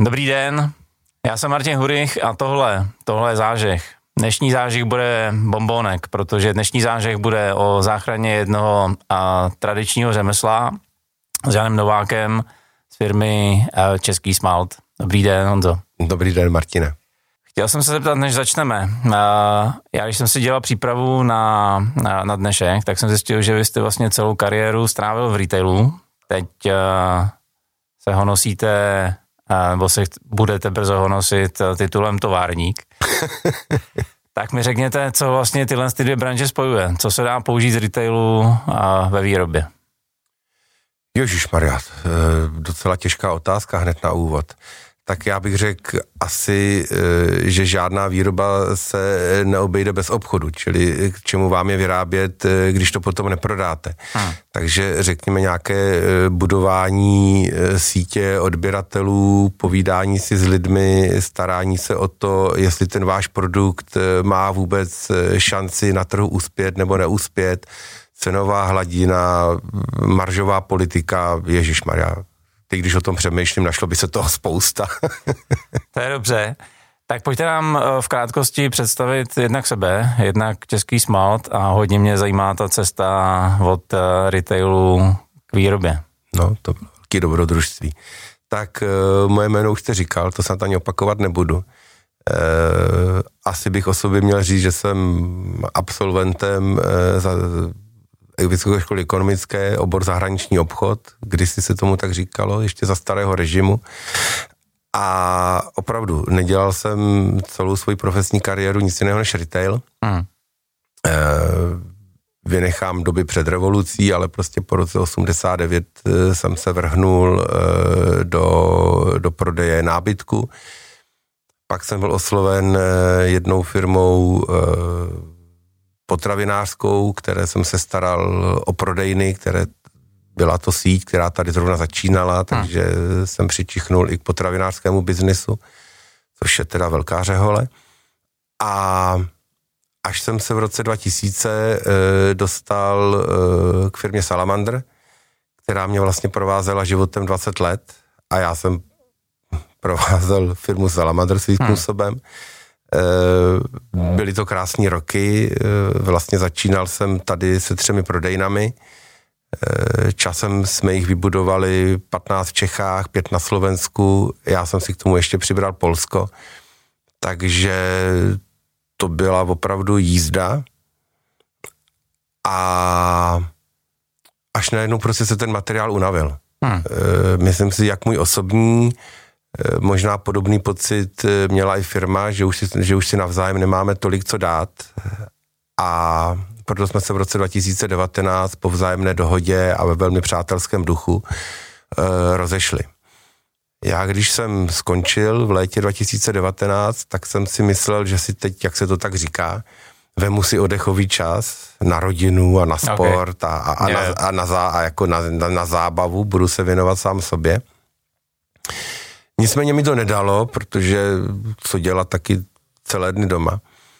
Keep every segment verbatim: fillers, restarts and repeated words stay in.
Dobrý den, já jsem Martin Hurich a tohle, tohle je zážeh. Dnešní zážeh bude bombonek, protože dnešní zážeh bude o záchraně jednoho a, tradičního řemesla s Janem Novákem z firmy a, Český Smalt. Dobrý den, Honzo. Dobrý den, Martine. Chtěl jsem se zeptat, než začneme. A, já, když jsem si dělal přípravu na, na, na dnešek, tak jsem zjistil, že vy jste vlastně celou kariéru strávil v retailu. Teď a, se honosíte, a, nebo se budete brzo honosit titulem továrník. Tak mi řekněte, co vlastně tyhle ty dvě branže spojuje. Co se dá použít z retailu a ve výrobě? Ježišmarja, docela těžká otázka hned na úvod. Tak já bych řekl asi, že žádná výroba se neobejde bez obchodu, čili k čemu vám je vyrábět, když to potom neprodáte. Hmm. Takže řekněme nějaké budování sítě odběratelů, povídání si s lidmi, starání se o to, jestli ten váš produkt má vůbec šanci na trhu uspět nebo neuspět, cenová hladina, maržová politika, ježišmarja. Teď, když o tom přemýšlím, našlo by se toho spousta. To je dobře. Tak pojďte nám v krátkosti představit jednak sebe, jednak Český Smalt a hodně mě zajímá ta cesta od retailu k výrobě. No, to bylo velké dobrodružství. Tak moje jméno už jste říkal, to se ani opakovat nebudu. Asi bych o sobě měl říct, že jsem absolventem za Vysoké školy ekonomické, obor zahraniční obchod, kdysi se tomu tak říkalo, ještě za starého režimu. A opravdu, nedělal jsem celou svoji profesní kariéru nic jiného než retail. Mm. E, vynechám doby před revolucí, ale prostě po roce osmdesát devět jsem se vrhnul e, do, do prodeje nábytku. Pak jsem byl osloven jednou firmou e, potravinářskou, které jsem se staral o prodejny, které byla to síť, která tady zrovna začínala, takže hmm. jsem přičichnul i k potravinářskému biznisu, což je teda velká řehole. A až jsem se v roce dva tisíce e, dostal e, k firmě Salamander, která mě vlastně provázela životem dvacet let a já jsem provázel firmu Salamander svým hmm. způsobem. Byly to krásné roky, vlastně začínal jsem tady se třemi prodejnami, časem jsme jich vybudovali patnáct v Čechách, pět na Slovensku, já jsem si k tomu ještě přibral Polsko, takže to byla opravdu jízda a až najednou prostě se ten materiál unavil. Hmm. Myslím si, jak můj osobní, možná podobný pocit měla i firma, že už, si, že už si navzájem nemáme tolik co dát a proto jsme se v roce dva tisíce devatenáct po vzájemné dohodě a ve velmi přátelském duchu e, rozešli. Já když jsem skončil v létě dva tisíce devatenáct, tak jsem si myslel, že si teď, jak se to tak říká, vemu si oddechový čas na rodinu a na sport okay. a, a, a, yeah. na, a, na, zá, a jako na, na, na zábavu, budu se věnovat sám sobě. Nicméně mi to nedalo, protože co dělat taky celé dny doma.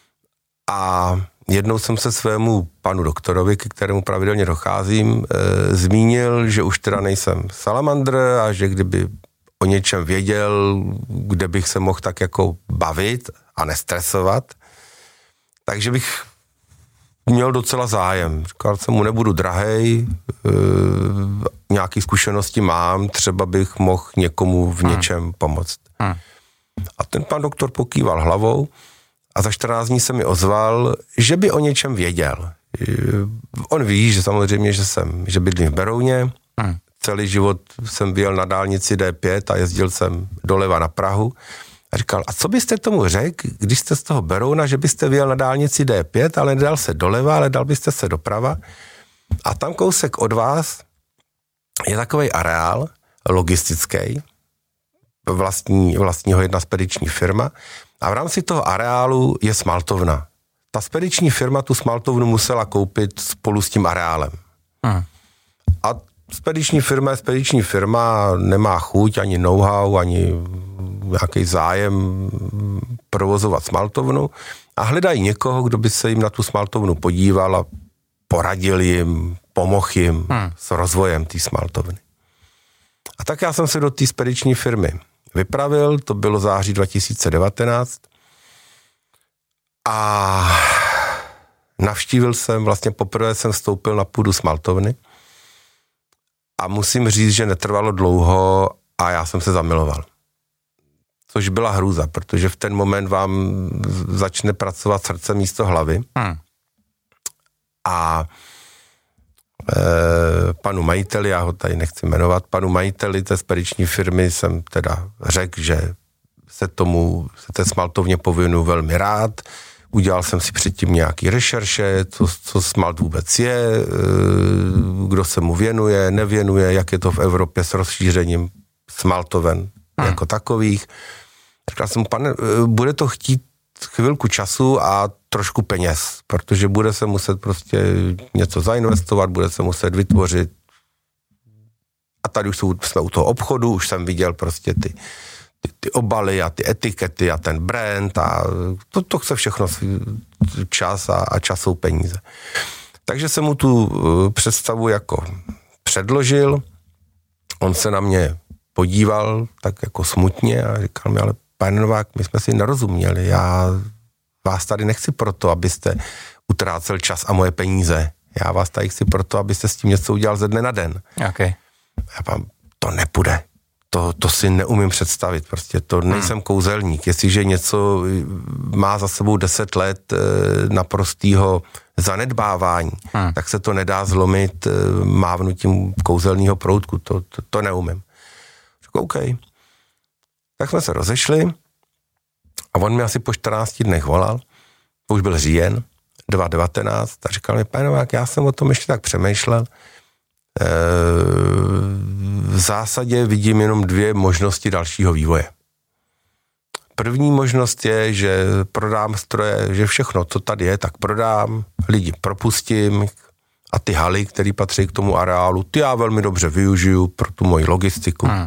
A jednou jsem se svému panu doktorovi, ke kterému pravidelně docházím, e, zmínil, že už teda nejsem salamandr a že kdyby o něčem věděl, kde bych se mohl tak jako bavit a nestresovat, takže bych měl docela zájem. Říkal jsem mu, nebudu drahej, e, nějaké zkušenosti mám, třeba bych mohl někomu v něčem hmm. pomoct. Hmm. A ten pan doktor pokýval hlavou a za čtrnáct dní se mi ozval, že by o něčem věděl. E, on ví, že samozřejmě, že jsem, že bydlím v Berouně, hmm. celý život jsem vyjel na dálnici D pět a jezdil jsem doleva na Prahu. A říkal, a co byste tomu řekl, když jste z toho Berouna, že byste vyjel na dálnici D pět, ale nedal se doleva, ale dal byste se doprava. A tam kousek od vás je takovej areál logistický, vlastní, vlastního jedna spediční firma a v rámci toho areálu je smaltovna. Ta spediční firma tu smaltovnu musela koupit spolu s tím areálem. Hmm. A spediční firma je spediční firma, nemá chuť, ani know-how, ani nějaký zájem provozovat smaltovnu a hledají někoho, kdo by se jim na tu smaltovnu podíval a poradil jim, pomohl jim hmm. s rozvojem té smaltovny. A tak já jsem se do té spediční firmy vypravil, to bylo září dva tisíce devatenáct a navštívil jsem, vlastně poprvé jsem vstoupil na půdu smaltovny a musím říct, že netrvalo dlouho a já jsem se zamiloval. Což byla hrůza, protože v ten moment vám začne pracovat srdce místo hlavy. Hmm. A e, panu majiteli, já ho tady nechci jmenovat, panu majiteli té spediční firmy jsem teda řekl, že se tomu, se té smaltovně povinu velmi rád. Udělal jsem si předtím nějaký rešerše, co, co smalt vůbec je, e, kdo se mu věnuje, nevěnuje, jak je to v Evropě s rozšířením smaltoven hmm. jako takových. Říkal jsem, pane, bude to chtít chvilku času a trošku peněz, protože bude se muset prostě něco zainvestovat, bude se muset vytvořit. A tady už jsou, jsme u toho obchodu, už jsem viděl prostě ty, ty, ty obaly a ty etikety a ten brand a to, to chce všechno čas a, a čas jsou peníze. Takže jsem mu tu představu jako předložil, on se na mě podíval tak jako smutně a říkal mi, ale pane Novák, my jsme si nerozuměli, já vás tady nechci proto, abyste utrácel čas a moje peníze. Já vás tady chci proto, abyste s tím něco udělal ze dne na den. Okay. Já pám, to nepůjde. To, to si neumím představit. Prostě to nejsem hmm. kouzelník. Jestliže něco má za sebou deset let naprostýho zanedbávání, hmm. tak se to nedá zlomit mávnutím kouzelného proutku. To, to, to neumím. Řekl, OK. Tak jsme se rozešli a on mi asi po čtrnácti dnech volal, to už byl říjen, dva tisíce devatenáct, a říkal mi, pane Novák, já jsem o tom ještě tak přemýšlel, e, v zásadě vidím jenom dvě možnosti dalšího vývoje. První možnost je, že prodám stroje, že všechno, co tady je, tak prodám, lidi propustím a ty haly, které patří k tomu areálu, ty já velmi dobře využiju pro tu moji logistiku. Hmm.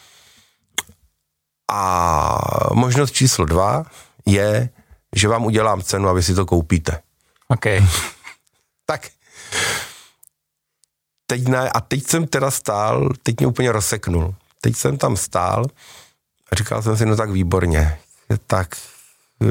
A možnost číslo dva je, že vám udělám cenu a vy si to koupíte. OK. Tak. Teď ne, a teď jsem teda stál, teď mě úplně rozseknul. Teď jsem tam stál a říkal jsem si, no tak výborně. Tak e,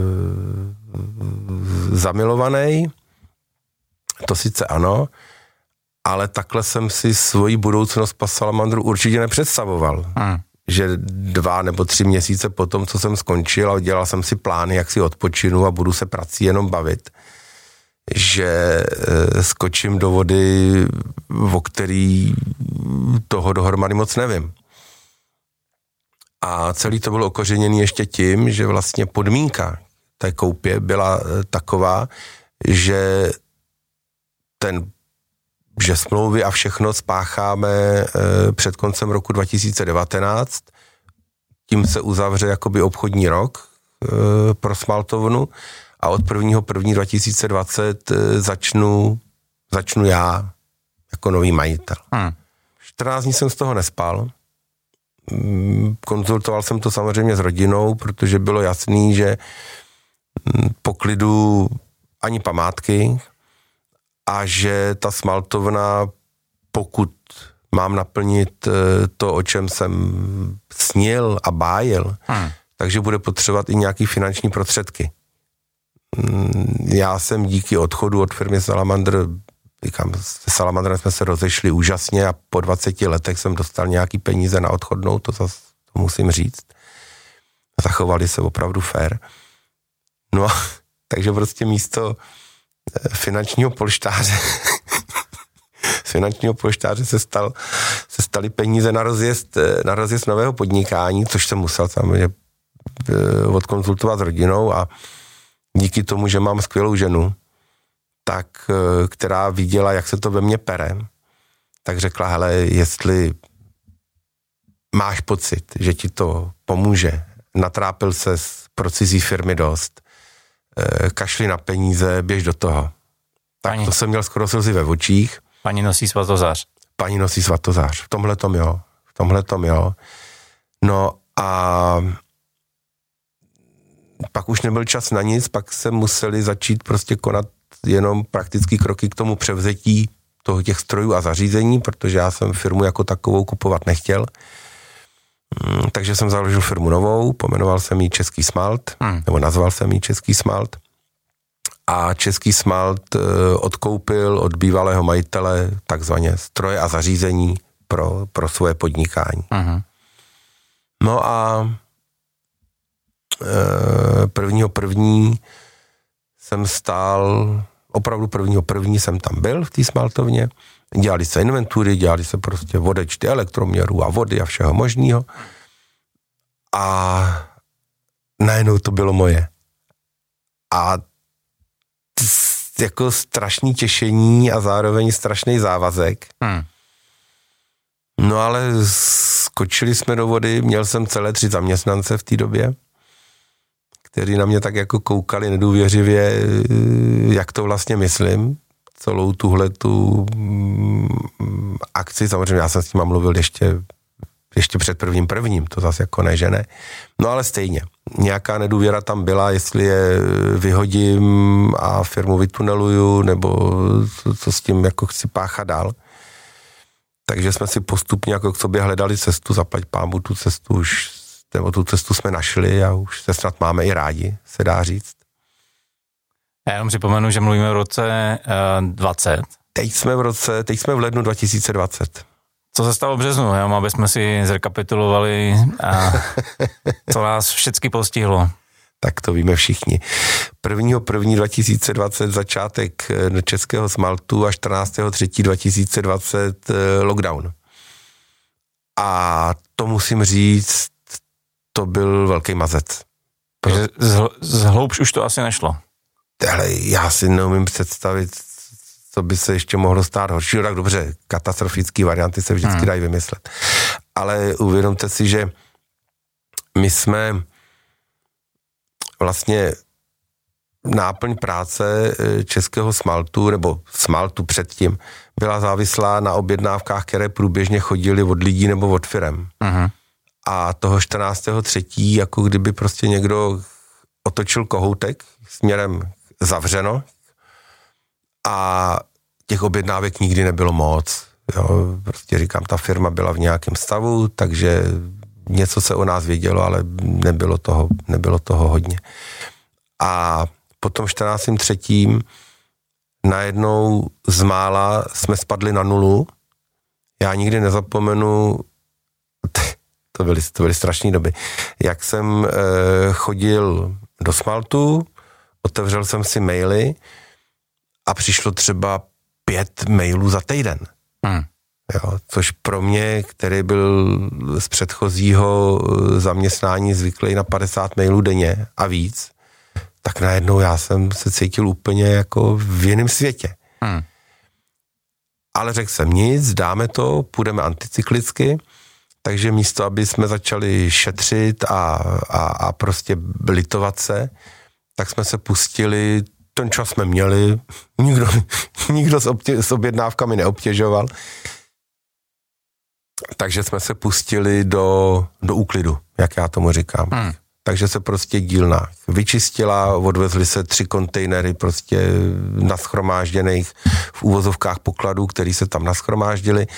zamilovaný, to sice ano, ale takhle jsem si svoji budoucnost po Salamandru určitě nepředstavoval. Hmm. Že dva nebo tři měsíce po tom, co jsem skončil a dělal jsem si plány, jak si odpočinu a budu se prací jenom bavit, že e, skočím do vody, o který toho dohromady moc nevím. A celý to bylo okořeněný ještě tím, že vlastně podmínka té koupě byla e, taková, že ten že smlouvy a všechno spácháme e, před koncem roku dva tisíce devatenáct, tím se uzavře jakoby obchodní rok e, pro smaltovnu a od prvního prvního dva tisíce dvacet e, začnu, začnu já jako nový majitel. Hmm. čtrnáct dní jsem z toho nespal. Konzultoval jsem to samozřejmě s rodinou, protože bylo jasný, že po klidu ani památky, a že ta smaltovna, pokud mám naplnit to, o čem jsem snil a bájil, hmm. takže bude potřebovat i nějaký finanční prostředky. Já jsem díky odchodu od firmy Salamander, říkám, se Salamandrem jsme se rozešli úžasně a po dvaceti letech jsem dostal nějaký peníze na odchodnou, to zase to musím říct. Zachovali se opravdu fair. No, takže prostě místo finančního polštáře z finančního polštáře se, stal, se staly peníze na rozjezd, na rozjezd nového podnikání, což jsem musel samozřejmě odkonzultovat s rodinou a díky tomu, že mám skvělou ženu, tak, která viděla, jak se to ve mně pere, tak řekla, hele, jestli máš pocit, že ti to pomůže, natrápil ses pro cizí firmy dost, kašli na peníze, běž do toho. Tak Pani. To jsem měl skoro slzy ve očích. Paní nosí svatozář. Paní nosí svatozář. V tomhle tom jo. V tomhle tom jo. No a pak už nebyl čas na nic, pak se museli začít prostě konat jenom praktický kroky k tomu převzetí toho těch strojů a zařízení, protože já jsem firmu jako takovou kupovat nechtěl. Takže jsem založil firmu novou, pomenoval jsem ji Český smalt, hmm. nebo nazval jsem ji Český smalt. A Český smalt odkoupil od bývalého majitele takzvaně stroje a zařízení pro, pro svoje podnikání. Hmm. No a prvního první jsem stál, opravdu prvního první jsem tam byl v té smaltovně, dělali se inventury, dělali se prostě vodečty elektroměrů a vody a všeho možného. A najednou to bylo moje. A jako strašný těšení a zároveň strašný závazek. Hmm. No ale skočili jsme do vody, měl jsem celé tři zaměstnance v té době, kteří na mě tak jako koukali nedůvěřivě, jak to vlastně myslím, celou tuhletu akci. Samozřejmě já jsem s nima mluvil ještě, ještě před prvním prvním, to zase jako ne, že ne. No ale stejně, nějaká nedůvěra tam byla, jestli je vyhodím a firmu vytuneluju, nebo co, co s tím jako chci páchat dál. Takže jsme si postupně jako k sobě hledali cestu, zaplať pánbu tu cestu už, nebo tu cestu jsme našli a už se snad máme i rádi, se dá říct. Já jenom připomenu, že mluvíme v roce uh, dvacet. Teď jsme v roce, teď jsme v lednu dva tisíce dvacet. Co se stalo v březnu, jo? Aby jsme si zrekapitulovali, a co nás všechny postihlo. Tak to víme všichni. prvního prvního dva tisíce dvacet začátek Českého smaltu a čtrnáctého třetího dva tisíce dvacet lockdown. A to musím říct, to byl velký mazec. Takže z, z hloubš už to asi nešlo. Ale já si neumím představit, co by se ještě mohlo stát horšího. Tak dobře, katastrofické varianty se vždycky hmm. dají vymyslet. Ale uvědomte si, že my jsme vlastně náplň práce Českého smaltu, nebo smaltu předtím, byla závislá na objednávkách, které průběžně chodily od lidí nebo od firem. Hmm. A toho čtrnáctého třetího jako kdyby prostě někdo otočil kohoutek směrem zavřeno a těch objednávek nikdy nebylo moc. Jo, prostě říkám, ta firma byla v nějakém stavu, takže něco se o nás vědělo, ale nebylo toho, nebylo toho hodně. A potom čtrnáctého třetího najednou z mála jsme spadli na nulu. Já nikdy nezapomenu, to byly, to byly strašné doby, jak jsem eh, chodil do smaltu, otevřel jsem si maily a přišlo třeba pět mailů za týden. Hmm. Jo, což pro mě, který byl z předchozího zaměstnání zvyklý na padesát mailů denně a víc, tak najednou já jsem se cítil úplně jako v jiném světě. Hmm. Ale řekl jsem nic, dáme to, půjdeme anticyklicky, takže místo, aby jsme začali šetřit a, a, a prostě litovat se, tak jsme se pustili, ten čas jsme měli, nikdo, nikdo s, obtě, s objednávkami neobtěžoval, takže jsme se pustili do, do úklidu, jak já tomu říkám. Hmm. Takže se prostě dílna vyčistila, odvezly se tři kontejnery prostě naschromážděných v úvozovkách pokladů, který se tam naschromáždili.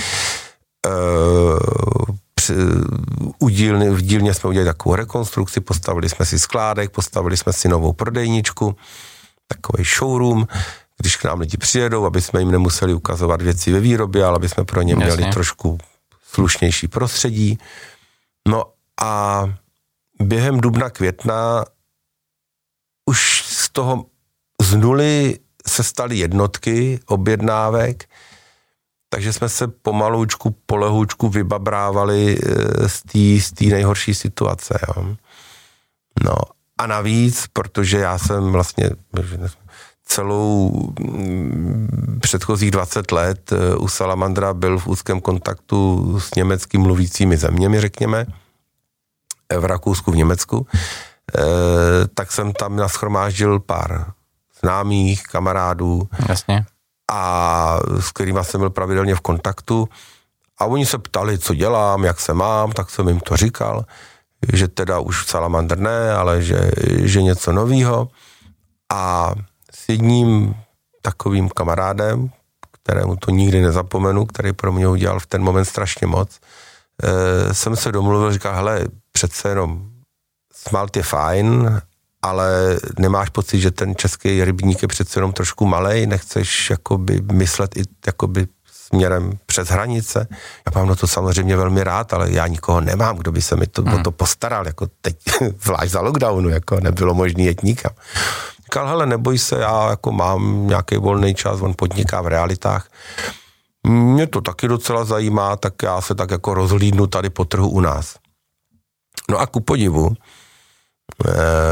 U dílny, v dílně jsme udělali takovou rekonstrukci, postavili jsme si skládek, postavili jsme si novou prodejničku, takový showroom, když k nám lidi přijedou, aby jsme jim nemuseli ukazovat věci ve výrobě, ale aby jsme pro ně měli Jasně. trošku slušnější prostředí. No a během dubna, května už z toho z nuly se staly jednotky objednávek, takže jsme se pomaloučku, polehoučku vybabrávali z té nejhorší situace. Jo. No a navíc, protože já jsem vlastně celou předchozích dvacet let u Salamandra byl v úzkém kontaktu s německým mluvícími zeměmi, řekněme, v Rakousku, v Německu, tak jsem tam nashromáždil pár známých, kamarádů. Jasně. A s kterýma jsem byl pravidelně v kontaktu a oni se ptali, co dělám, jak se mám, tak jsem jim to říkal, že teda už Salamander ne, ale že, že něco novýho. A s jedním takovým kamarádem, kterému to nikdy nezapomenu, který pro mě udělal v ten moment strašně moc, e, jsem se domluvil, říkal, hele, přece jenom smalt je fajn, ale nemáš pocit, že ten český rybník je přece jenom trošku malej, nechceš jakoby myslet i jakoby směrem přes hranice. Já mám na to samozřejmě velmi rád, ale já nikoho nemám, kdo by se mi to, hmm. o to postaral, jako teď, zvlášť za lockdownu, jako nebylo možný jet nikam. Říkal, hele, neboj se, já jako mám nějaký volný čas, on podniká v realitách. Mě to taky docela zajímá, tak já se tak jako rozhlídnu tady po trhu u nás. No a ku podivu, eh,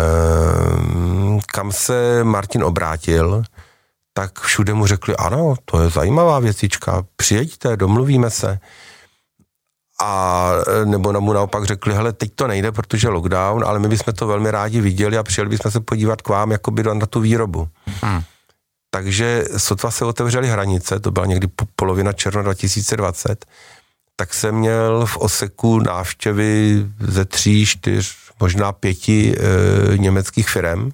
kam se Martin obrátil, tak všude mu řekli, ano, to je zajímavá věcička, přijeďte, domluvíme se. A nebo mu naopak řekli, hele, teď to nejde, protože lockdown, ale my bychom to velmi rádi viděli a přijeli bychom se podívat k vám jakoby na tu výrobu. Hmm. Takže sotva se otevřely hranice, to byla někdy polovina června dva tisíce dvacet, tak jsem měl v Oseku návštěvy ze tří, čtyř, možná pěti e, německých firem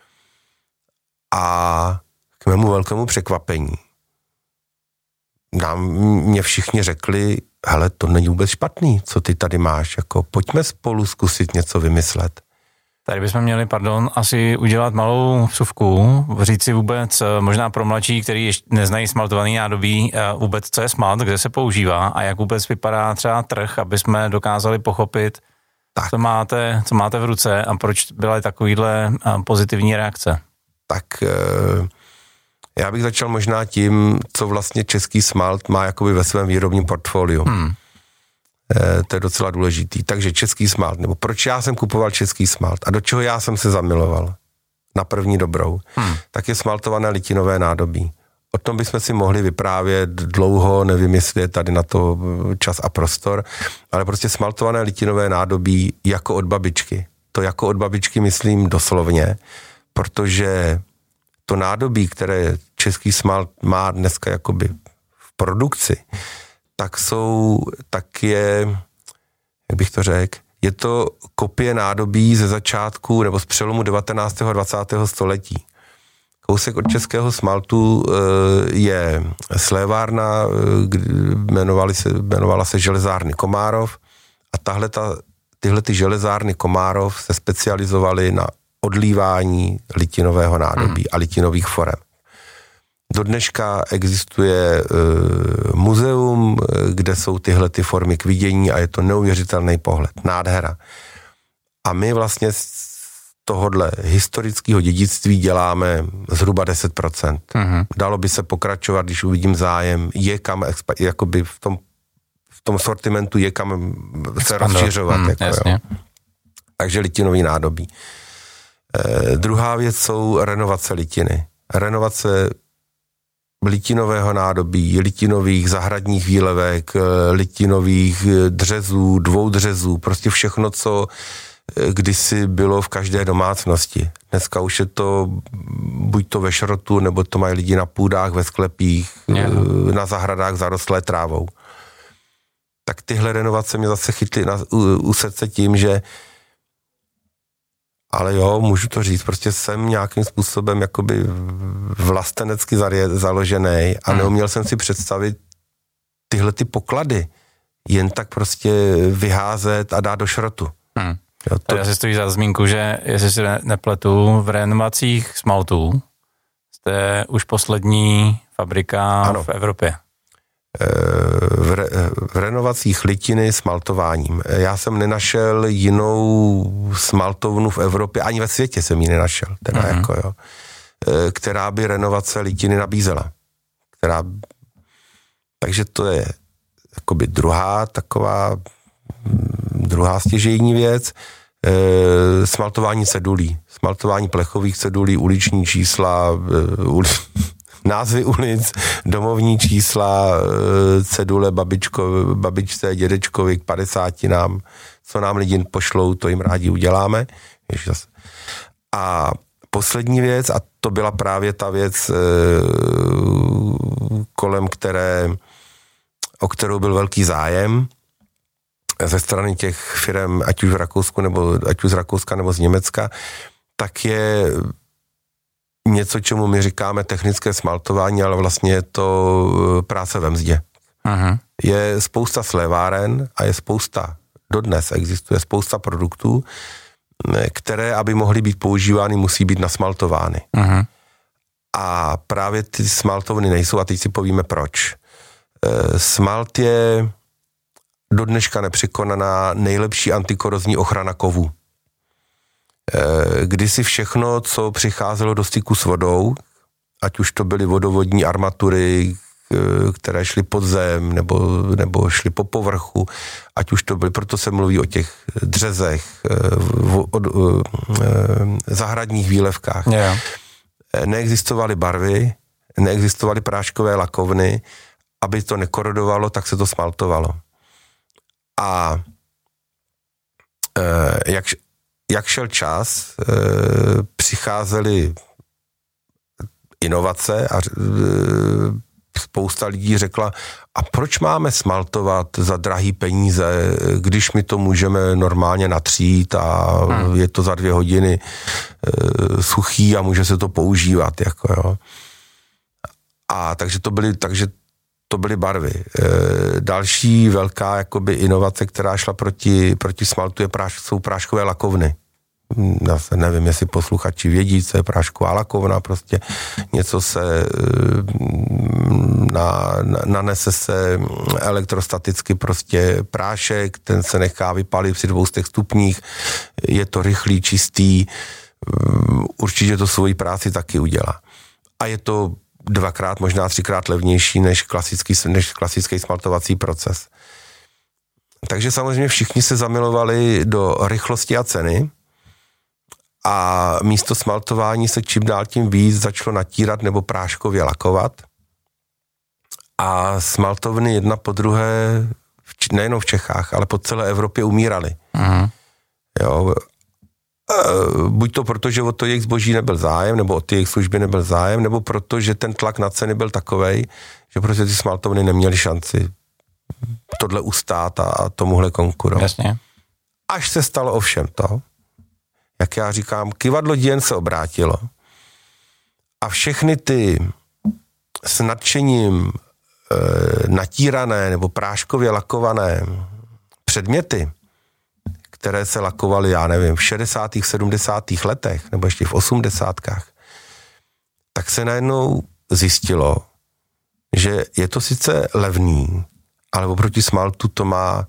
a k mému velkému překvapení nám mě všichni řekli, hele, to není vůbec špatný, co ty tady máš, jako pojďme spolu zkusit něco vymyslet. Tady bychom měli, pardon, asi udělat malou vsuvku, říct si vůbec, možná pro mladší, který ještě neznají smaltovaný nádobí, vůbec co je smalt, kde se používá a jak vůbec vypadá třeba trh, aby jsme dokázali pochopit, tak. Co, máte, co máte v ruce a proč byly takovýhle pozitivní reakce. Tak já bych začal možná tím, co vlastně český smalt má jakoby ve svém výrobním portfoliu. Hmm. E, to je docela důležitý. Takže český smalt, nebo proč já jsem kupoval český smalt a do čeho já jsem se zamiloval na první dobrou, hmm. tak je smaltované litinové nádobí. O tom bychom si mohli vyprávět dlouho, nevím, jestli je tady na to čas a prostor, ale prostě smaltované litinové nádobí jako od babičky. To jako od babičky myslím doslovně, protože to nádobí, které český smalt má dneska jakoby v produkci, tak jsou, tak je, jak bych to řekl, je to kopie nádobí ze začátku nebo z přelomu devatenáctého a dvacátého století. Kousek od českého smaltu je slévárna, jmenovali se, jmenovala se železárny Komárov a tahle ta, tyhle ty železárny Komárov se specializovaly na odlívání litinového nádobí hmm. a litinových forem. Do dneška existuje e, muzeum, kde jsou tyhle ty formy k vidění a je to neuvěřitelný pohled, nádhera. A my vlastně z tohohle historického dědictví děláme zhruba deset procent. Hmm. Dalo by se pokračovat, když uvidím zájem, je kam, jakoby v tom, v tom sortimentu je kam se rozšiřovat. Hmm, jako, jo. Takže litinový nádobí. Eh, druhá věc jsou renovace litiny. Renovace litinového nádobí, litinových zahradních výlevek, litinových dřezů, dvoudřezů, prostě všechno, co kdysi bylo v každé domácnosti. Dneska už je to buď to ve šrotu, nebo to mají lidi na půdách, ve sklepích, yeah. na zahradách zarostlé trávou. Tak tyhle renovace mě zase chytly na, u, u srdce tím, že ale jo, můžu to říct, prostě jsem nějakým způsobem jakoby vlastenecky založený a hmm. neuměl jsem si představit tyhle ty poklady jen tak prostě vyházet a dát do šrotu. Hmm. Jo, to... Já si stojí za zmínku, že jestli si nepletu, v renovacích smaltů jste už poslední fabrika ano. v Evropě. V, re, v renovacích litiny smaltováním. Já jsem nenašel jinou smaltovnu v Evropě, ani ve světě jsem ji nenašel, teda mm-hmm. jako, jo, která by renovace litiny nabízela. Která, takže to je jakoby druhá taková druhá stěžejní věc. E, smaltování cedulí. Smaltování plechových cedulí, uliční čísla, e, uli, názvy ulic, domovní čísla, cedule babičko, babičce, dědečkovi k padesátinám, co nám lidi pošlou, to jim rádi uděláme. A poslední věc, a to byla právě ta věc, kolem které, o kterou byl velký zájem ze strany těch firem, ať už v Rakousku, nebo ať už z Rakouska, nebo z Německa, tak je něco, čemu my říkáme technické smaltování, ale vlastně je to práce ve mzdě. Aha. Je spousta sléváren a je spousta, dodnes existuje spousta produktů, které, aby mohly být používány, musí být nasmaltovány. Aha. A právě ty smaltovny nejsou a teď si povíme proč. Smalt je do dneška nepřekonaná nejlepší antikorozní ochrana kovů. Kdysi všechno, co přicházelo do styku s vodou, ať už to byly vodovodní armatury, které šly pod zem nebo, nebo šly po povrchu, ať už to byly, proto se mluví o těch dřezech, o, o, o zahradních výlevkách. Yeah. Neexistovaly barvy, neexistovaly práškové lakovny, aby to nekorodovalo, tak se to smaltovalo. A e, jak, jak šel čas, e, přicházely inovace a e, spousta lidí řekla, a proč máme smaltovat za drahý peníze, když my to můžeme normálně natřít a hmm. je to za dvě hodiny e, suchý a může se to používat. Jako, jo. A takže to byly, takže to byly barvy. E, další velká jakoby inovace, která šla proti, proti smaltu, je práš, jsou práškové lakovny. Já se nevím, jestli posluchači vědí, co je prášková lakovna, prostě něco se na, na, nanese se elektrostaticky prostě prášek, ten se nechá vypálit při dvoustech stupních, je to rychlý, čistý, určitě to svoji práci taky udělá. A je to dvakrát, možná třikrát levnější než klasický, než klasický smaltovací proces. Takže samozřejmě všichni se zamilovali do rychlosti a ceny, a místo smaltování se čím dál tím víc začalo natírat nebo práškově lakovat. A smaltovny jedna po druhé, nejenom v Čechách, ale po celé Evropě umíraly. Uh-huh. Jo. Buď to proto, že o to jejich zboží nebyl zájem, nebo o ty jejich služby nebyl zájem, nebo proto, že ten tlak na ceny byl takovej, že prostě ty smaltovny neměly šanci tohle ustát a tomuhle konkurovat. Jasně. Až se stalo ovšem to, jak já říkám, kyvadlo dějin se obrátilo a všechny ty s nadšením e, natírané nebo práškově lakované předměty, které se lakovaly, já nevím, v šedesátých, sedmdesátých letech nebo ještě v osmdesátkách, tak se najednou zjistilo, že je to sice levný, ale oproti smaltu to má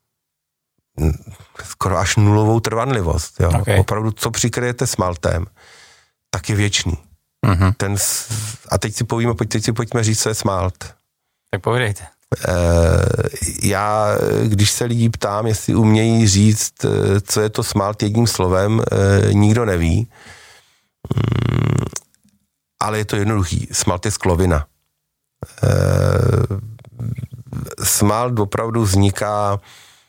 skoro až nulovou trvanlivost. Jo. Okay. Opravdu, co přikryjete smaltem, tak je věčný. Uh-huh. Ten, a teď si povíme, teď si pojďme říct, co je smalt. Tak povídejte. E, já, když se lidí ptám, jestli umějí říct, co je to smalt jedním slovem, e, nikdo neví. Mm, ale je to jednoduchý. Smalt je sklovina. E, smalt opravdu vzniká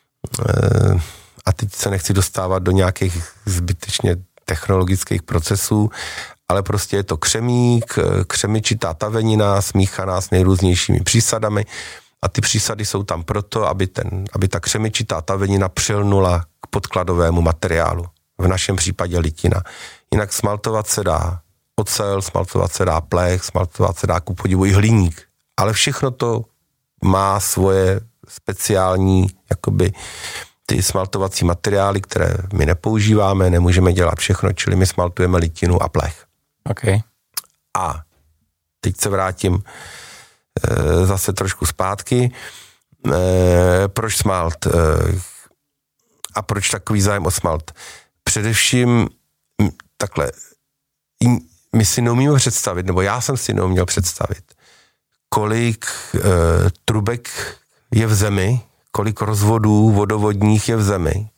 a teď se nechci dostávat do nějakých zbytečně technologických procesů, ale prostě je to křemík, křemičitá tavenina smíchaná s nejrůznějšími přísadami a ty přísady jsou tam proto, aby, ten, aby ta křemičitá tavenina přilnula k podkladovému materiálu. V našem případě litina. Jinak smaltovat se dá ocel, smaltovat se dá plech, smaltovat se dá ku podivu i hliník. Ale všechno to má svoje speciální jakoby ty smaltovací materiály, které my nepoužíváme, nemůžeme dělat všechno, čili my smaltujeme litinu a plech. Okay. A teď se vrátím e, zase trošku zpátky. E, proč smalt? E, a proč takový zájem o smalt? Především m, takhle, my si neumíme představit, nebo já jsem si neuměl představit, kolik e, trubek je v zemi, kolik rozvodů vodovodních je v zemi.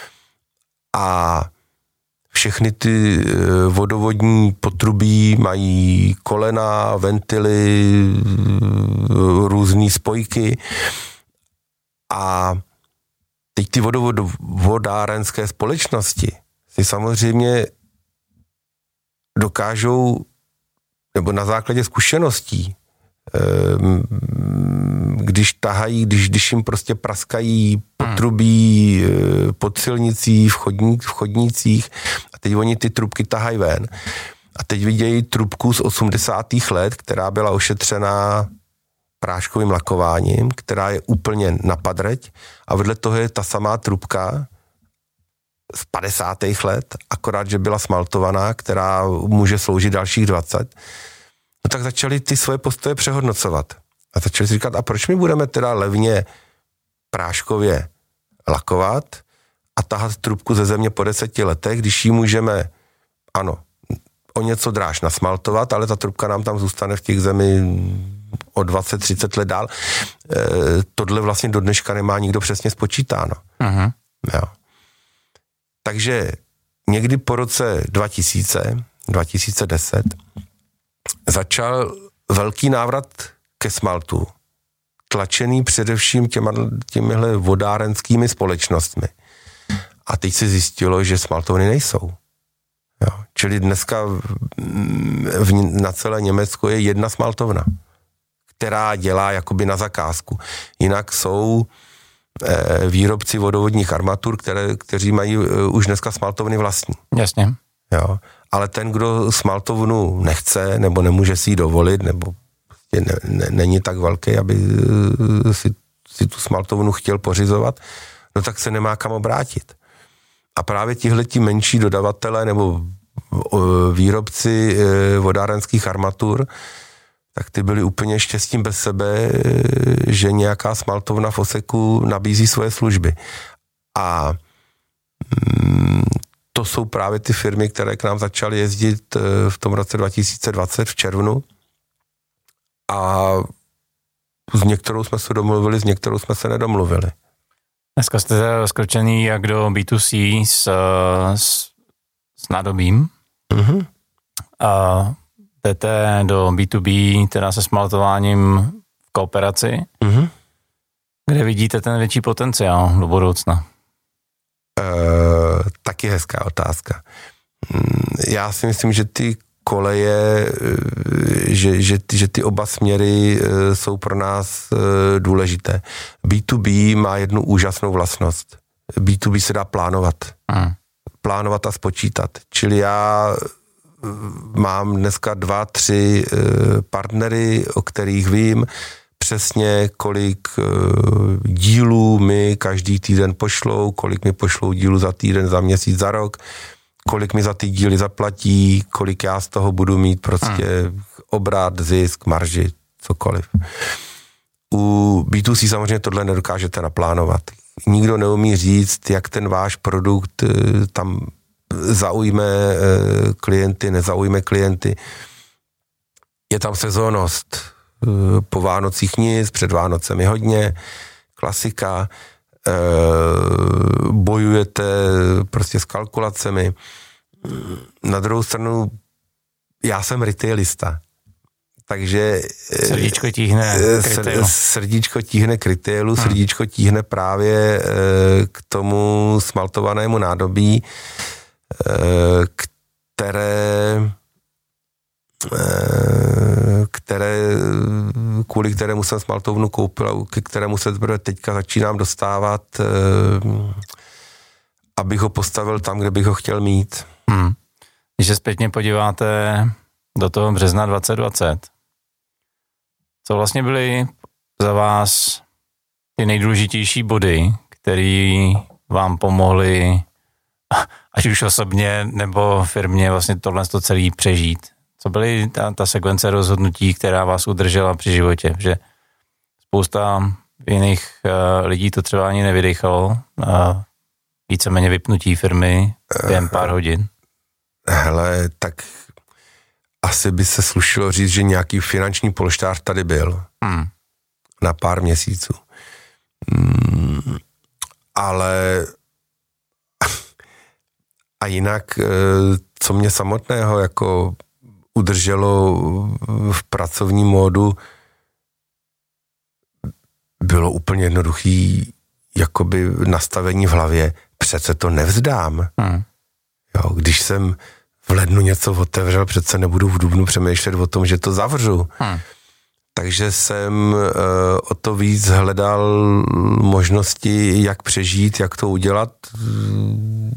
A všechny ty vodovodní potrubí mají kolena, ventily, různé spojky. A teď ty vodovodárenské společnosti si samozřejmě dokážou, nebo na základě zkušeností, když tahají, když, když jim prostě praskají potrubí pod silnicí, v, chodní, v chodnících a teď oni ty trubky tahají ven. A teď vidějí trubku z osmdesátých let, která byla ošetřená práškovým lakováním, která je úplně na padreť a vedle toho je ta samá trubka z padesátých let, akorát, že byla smaltovaná, která může sloužit dalších dvacet. No tak začali ty svoje postoje přehodnocovat. A začali si říkat, a proč my budeme teda levně práškově lakovat a tahat trubku ze země po deseti letech, když ji můžeme, ano, o něco dráž nasmaltovat, ale ta trubka nám tam zůstane v těch zemi o dvacet třicet let dál. E, tohle vlastně do dneška nemá nikdo přesně spočítáno. Uh-huh. Jo. Takže někdy po roce dva tisíce, dva tisíce deset začal velký návrat ke smaltu, tlačený především těma, těmihle vodárenskými společnostmi. A teď se zjistilo, že smaltovny nejsou. Jo. Čili dneska v, na celé Německu je jedna smaltovna, která dělá jakoby na zakázku. Jinak jsou e, výrobci vodovodních armatur, které, kteří mají e, už dneska smaltovny vlastní. Jasně. Jo. Ale ten, kdo smaltovnu nechce, nebo nemůže si ji dovolit, nebo ne, ne, není tak velký, aby si, si tu smaltovnu chtěl pořizovat, no tak se nemá kam obrátit. A právě tihleti menší dodavatelé nebo výrobci vodárenských armatur, tak ty byli úplně štěstím bez sebe, že nějaká smaltovna v Oseku nabízí svoje služby. A to jsou právě ty firmy, které k nám začaly jezdit v tom roce dva tisíce dvacet v červnu. A s některou jsme se domluvili, s některou jsme se nedomluvili. Dneska jste skročený jak do bé dvě cé s, s, s nádobím. Mm-hmm. A jdete do bé dvě bé, teda se smaltováním v kooperaci. Mm-hmm. Kde vidíte ten větší potenciál do budoucna? Uh, taky hezká otázka. Já si myslím, že ty koleje, že, že, že ty oba směry jsou pro nás důležité. bé dvě bé má jednu úžasnou vlastnost. bé dvě bé se dá plánovat. Hmm. Plánovat a spočítat. Čili já mám dneska dva, tři partnery, o kterých vím přesně, kolik dílů mi každý týden pošlou, kolik mi pošlou dílů za týden, za měsíc, za rok, kolik mi za ty díly zaplatí, kolik já z toho budu mít prostě hmm. obrat, zisk, marži, cokoliv. U bé dvě cé samozřejmě tohle nedokážete naplánovat. Nikdo neumí říct, jak ten váš produkt tam zaujme klienty, nezaujme klienty. Je tam sezónnost. Po Vánocích nic, před Vánocemi hodně, klasika. Bojujete prostě s kalkulacemi. Na druhou stranu já jsem retailista, takže srdíčko tíhne k retailu. Srdíčko tíhne k retailu, hmm. srdíčko tíhne právě k tomu smaltovanému nádobí, které které, kvůli kterému jsem smaltovnu koupil a ke kterému se teďka začínám dostávat, abych ho postavil tam, kde bych ho chtěl mít. Hmm. Když se zpětně podíváte do toho března dvacet dvacet, co vlastně byly za vás ty nejdůležitější body, které vám pomohly, ať už osobně nebo firmě, vlastně tohle to celý přežít? Co byly ta, ta sekvence rozhodnutí, která vás udržela při životě? Že spousta jiných uh, lidí to třeba ani nevydechalo. Uh, víceméně vypnutí firmy během pár hodin. Hele, tak asi by se slušilo říct, že nějaký finanční polštář tady byl. Hmm. Na pár měsíců. Hmm, ale a jinak, co mě samotného jako udrželo v pracovním módu, bylo úplně jednoduchý jakoby nastavení v hlavě. Přece to nevzdám. Hmm. Jo, když jsem v lednu něco otevřel, přece nebudu v dubnu přemýšlet o tom, že to zavřu. Hmm. Takže jsem uh, o to víc hledal možnosti, jak přežít, jak to udělat.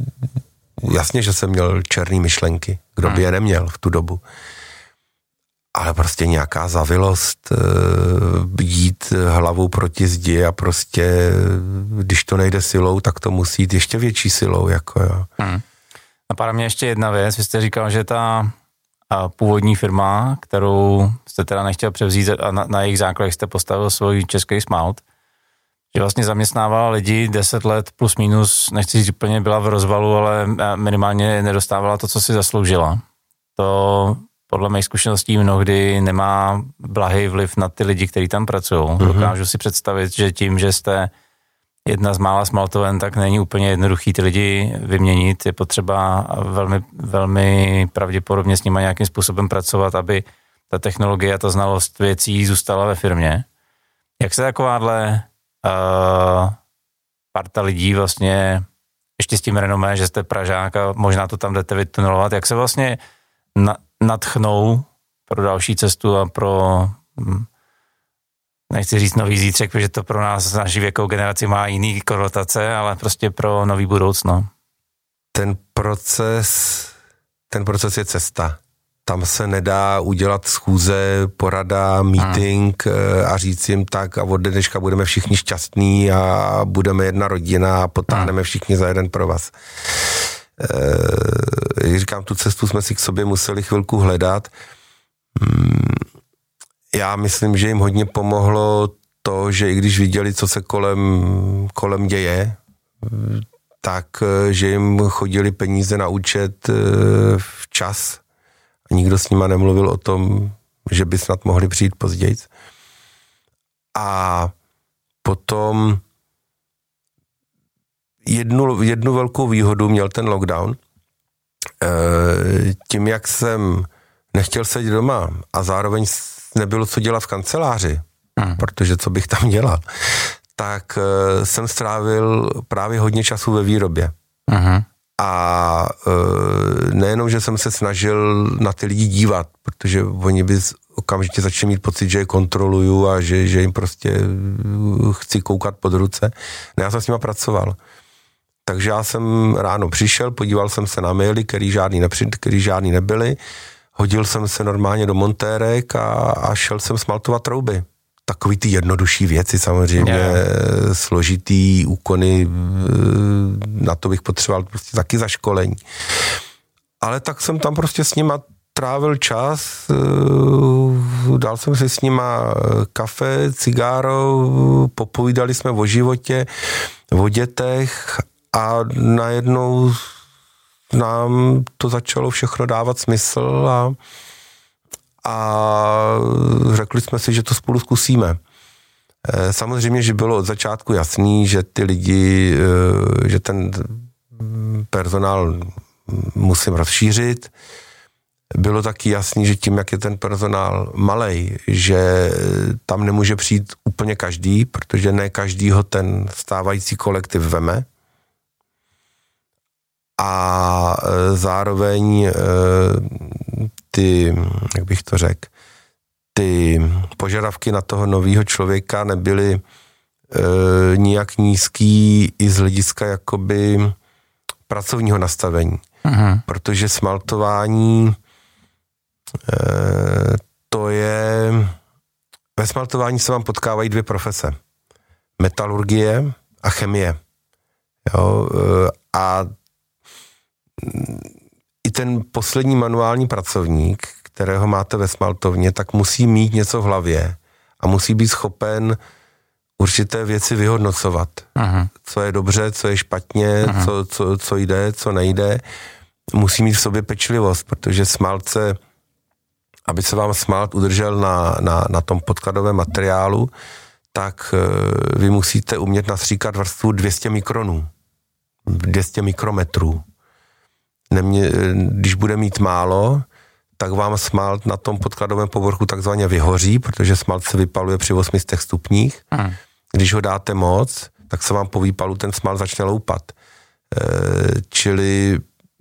Jasně, že jsem měl černý myšlenky. Kdo by je neměl v tu dobu. ale prostě nějaká zavilost, jít hlavou proti zdi a prostě, když to nejde silou, tak to musí jít ještě větší silou, jako jo. Hmm. Napadá mě ještě jedna věc, vy jste říkal, že ta původní firma, kterou jste teda nechtěl převzít a na, na jejich základech jste postavil svůj český smalt, že vlastně zaměstnávala lidi deset let plus minus, nechci říct úplně byla v rozvalu, ale minimálně nedostávala to, co si zasloužila. To podle mých zkušeností mnohdy nemá blahý vliv na ty lidi, kteří tam pracují. Mm-hmm. Dokážu si představit, že tím, že jste jedna z mála smaltoven, tak není úplně jednoduchý ty lidi vyměnit. Je potřeba velmi, velmi pravděpodobně s nimi nějakým způsobem pracovat, aby ta technologie a ta znalost věcí zůstala ve firmě. Jak se takováhle uh, parta lidí vlastně, ještě s tím renomé, že jste Pražák a možná to tam jdete vytunelovat, jak se vlastně na, nadchnou pro další cestu a pro... Hm, nechci říct nový zítřek, protože to pro nás, naši věkovou generaci má jiný konotace, ale prostě pro nový budoucno. Ten proces, ten proces je cesta. Tam se nedá udělat schůze, porada, meeting hmm. a říct jim tak a od dneška budeme všichni šťastní a budeme jedna rodina a potáhneme hmm. všichni za jeden provaz. E, říkám, tu cestu jsme si k sobě museli chvilku hledat. Hmm. Já myslím, že jim hodně pomohlo to, že i když viděli, co se kolem, kolem děje, tak, že jim chodili peníze na účet včas a nikdo s nima nemluvil o tom, že by snad mohli přijít později. A potom jednu, jednu velkou výhodu měl ten lockdown. Tím, jak jsem nechtěl sedět doma a zároveň nebylo co dělat v kanceláři, hmm. protože co bych tam dělal, tak uh, jsem strávil právě hodně času ve výrobě. Hmm. A uh, nejenom, že jsem se snažil na ty lidi dívat, protože oni by okamžitě začali mít pocit, že je kontroluju a že, že jim prostě chci koukat pod ruce. Ne, já jsem s nima pracoval. Takže já jsem ráno přišel, podíval jsem se na maily, který žádný, nepři, který žádný nebyly, hodil jsem se normálně do montérek a, a šel jsem smaltovat trouby. Takový ty jednodušší věci, samozřejmě yeah. složitý úkony, na to bych potřeboval prostě taky zaškolení. Ale tak jsem tam prostě s nima trávil čas, dal jsem si s nima kafe, cigáro, popovídali jsme o životě, o dětech a najednou nám to začalo všechno dávat smysl a, a řekli jsme si, že to spolu zkusíme. Samozřejmě, že bylo od začátku jasný, že ty lidi, že ten personál musím rozšířit. Bylo taky jasný, že tím, jak je ten personál malej, že tam nemůže přijít úplně každý, protože ne každýho ten stávající kolektiv veme. A zároveň ty, jak bych to řekl, ty požadavky na toho nového člověka nebyly e, nijak nízký i z hlediska jakoby pracovního nastavení. Uh-huh. Protože smaltování e, to je, ve smaltování se vám potkávají dvě profese. Metalurgie a chemie. Jo, e, a i ten poslední manuální pracovník, kterého máte ve smaltovně, tak musí mít něco v hlavě a musí být schopen určité věci vyhodnocovat. Aha. Co je dobře, co je špatně, co, co, co jde, co nejde. Musí mít v sobě pečlivost, protože smalce, aby se vám smalt udržel na, na, na tom podkladovém materiálu, tak vy musíte umět nastříkat vrstvu dvě stě mikronů. dvě stě mikrometrů. Nemě, když bude mít málo, tak vám smalt na tom podkladovém povrchu takzvaně vyhoří, protože smalt se vypaluje při osmi stech stupních. Hmm. Když ho dáte moc, tak se vám po výpalu ten smalt začne loupat. E, čili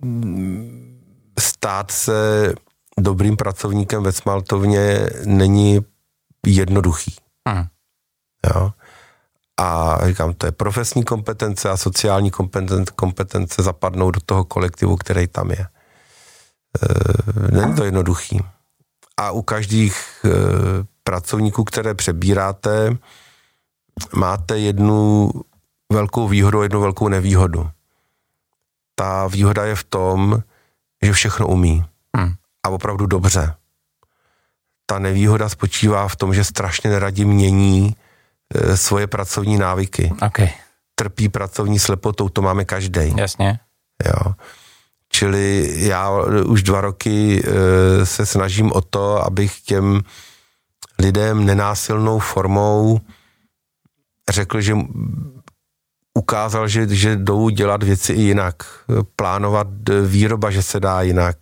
stát se dobrým pracovníkem ve smaltovně není jednoduchý. Hmm. Jo? A říkám, to je profesní kompetence a sociální kompetence, kompetence zapadnou do toho kolektivu, který tam je. E, není to jednoduchý. a u každých e, pracovníků, které přebíráte, máte jednu velkou výhodu a jednu velkou nevýhodu. Ta výhoda je v tom, že všechno umí. Hmm. A opravdu dobře. Ta nevýhoda spočívá v tom, že strašně neradi mění e, svoje pracovní návyky. Okay. Trpí pracovní slepotou, to máme každej. Jasně. Jo. Čili já už dva roky e, se snažím o to, abych těm lidem nenásilnou formou řekl, že ukázal, že, že jdou dělat věci i jinak. Plánovat výroba, že se dá jinak.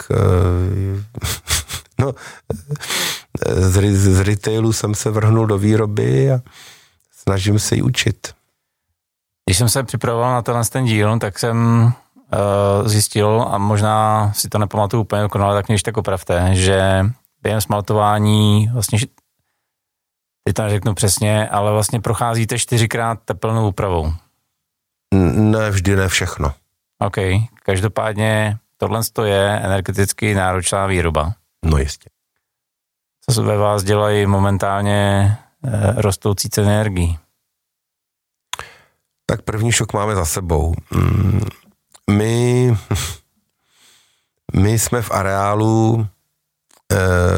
No, z, z retailu jsem se vrhnul do výroby a snažím se ji učit. Když jsem se připravoval na tenhle ten díl, tak jsem uh, zjistil, a možná si to nepamatuju úplně dokonale, tak mě když tak opravte, že během smaltování vlastně, teď to neřeknu přesně, ale vlastně procházíte čtyřikrát tepelnou úpravou. Ne, vždy ne všechno. OK, každopádně tohle je energeticky náročná výroba. No jistě. Co se ve vás dělají momentálně e, rostoucí ceny energií? Tak první šok máme za sebou. My, my jsme v areálu e,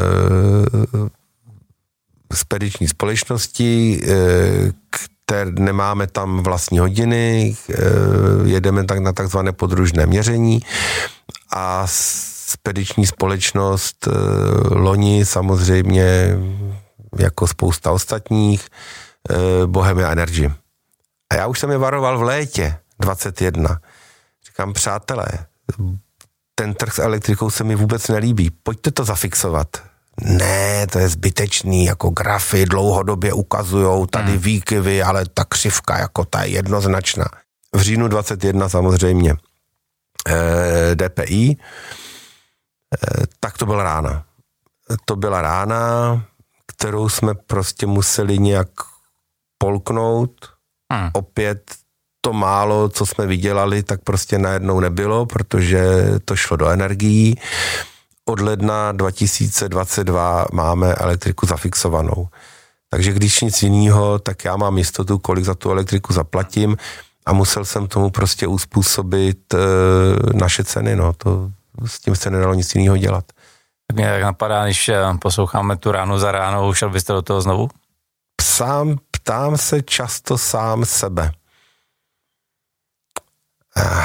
spediční společnosti, e, které nemáme tam vlastní hodiny, e, jedeme tak na takzvané podružné měření a spediční společnost e, loni samozřejmě jako spousta ostatních e, Bohemia Energy. A já už jsem je varoval v létě dvacet jedna. Říkám, přátelé, ten trh s elektrikou se mi vůbec nelíbí. Pojďte to zafixovat. Ne, to je zbytečný, jako grafy dlouhodobě ukazujou tady hmm. výkyvy, ale ta křivka jako ta je jednoznačná. V říjnu dvacet jedna samozřejmě eh, D P I, eh, tak to byla rána. To byla rána, kterou jsme prostě museli nějak polknout. Hmm. Opět to málo, co jsme vydělali, tak prostě najednou nebylo, protože to šlo do energií. Od ledna dva tisíce dvacet dva máme elektriku zafixovanou. Takže když nic jiného, tak já mám jistotu, kolik za tu elektriku zaplatím a musel jsem tomu prostě uspůsobit e, naše ceny. No. To, s tím se nedalo nic jiného dělat. Tak mě tak napadá, když posloucháme tu ráno za ráno, šel byste do toho znovu? Sám ptám se často sám sebe. Eh,